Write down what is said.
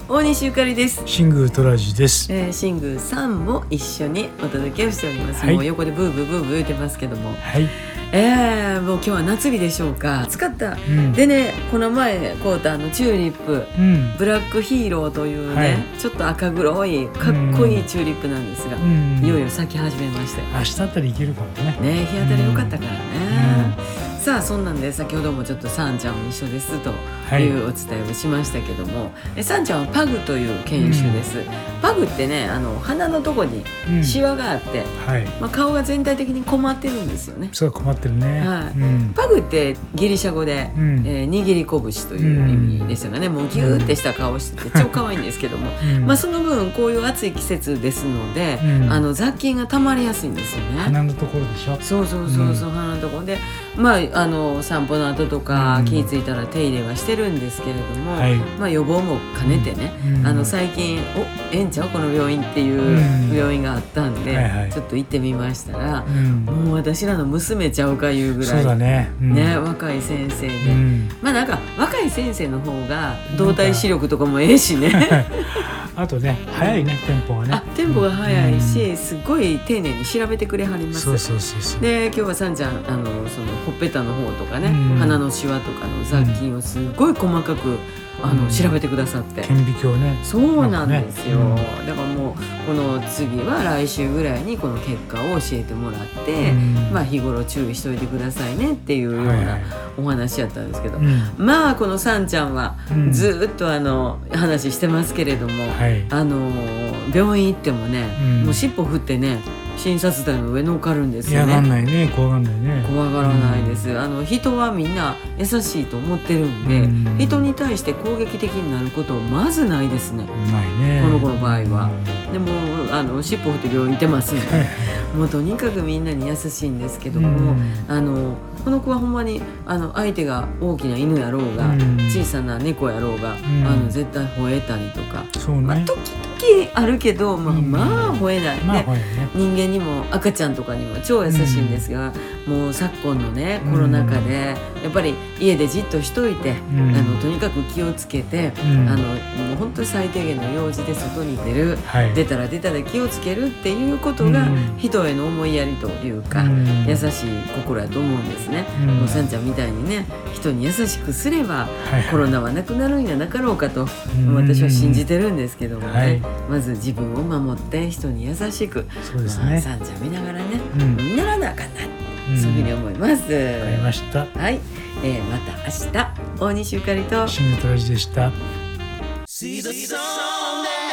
大西ゆかりです。 シングトラジです。 シングさんも一緒にお届けをしております、 はい、 もう横でブーブーブーブー言ってますけども、 はい、 もう今日は夏日でしょうか。暑かった、 うん、 でね、この前買うたチューリップ、ブラックヒーローというね、 はい、 ちょっと赤黒いかっこいいチューリップなんですが、いよいよ咲き始めまして、 明日あたり行けるかもね。 ね、日当たり良かったからね、さあそんなんで先ほどもちょっとサンちゃんも一緒ですというお伝えをしましたけども、サンちゃんはパグという犬種です、パグってね、鼻のとこにシワがあって、顔が全体的に困ってるんですよね。 そう、困ってるね、 パグってギリシャ語で、握り拳という意味ですよね。もうギューってした顔してて超可愛いんですけども、その分こういう暑い季節ですので、雑菌が溜まりやすいんですよね。 鼻のところでしょ。 そうそうそうそう、鼻のところで、散歩の後とか気ぃついたら手入れはしてるんですけれども、予防も兼ねてね、最近ええんちゃうこの病院っていう病院があったんで、ちょっと行ってみましたら、もう私らの娘ちゃうかいうぐらい、 そうだね、 若い先生で、なんか若い先生の方が動体視力とかもええしねあとね、早いね、テンポがね。 テンポが早いし、すごい丁寧に調べてくれはります。 そうで、今日はさんちゃんそのほっぺたの方とかね、鼻のシワとかの雑菌をすごい細かく調べてくださって、 顕微鏡ね。 そうなんですよ、だからもうこの次は来週ぐらいにこの結果を教えてもらって、日頃注意しといてくださいねっていうようなお話やったんですけど、このさんちゃんはずっと話してますけれども、病院行ってもね、もう尻尾振ってね、診察台の上乗っかるんですよね。 嫌がんないね、怖がんないね。 怖がらないです、人はみんな優しいと思ってるんで、人に対して攻撃的になることまずないですね。 ないね、 この子の場合は。でも尻尾振って病院行ってますんでもうとにかくみんなに優しいんですけども、この子はほんまに相手が大きな犬やろうが、小さな猫やろうが、絶対吠えたりとか、時々あるけど、吠えない、人間にも赤ちゃんとかにも超優しいんですが、もう昨今のねコロナ禍でやっぱり家でじっとしといて、とにかく気をつけて、もう本当に最低限の用事で外に出る、出たら気をつけるっていうことが、人への思いやりというか、優しい心やと思うんですね。もうさんちゃんみたいにね、人に優しくすれば、コロナはなくなるんやなかろうかと、私は信じてるんですけどもね、まず自分を守って人に優しく、さんちゃん見ながらね、見習わなあかんな、そういうふうに思います。 わかりました。 はい、また明日大西ゆかりとシングトラジでした。 See the sun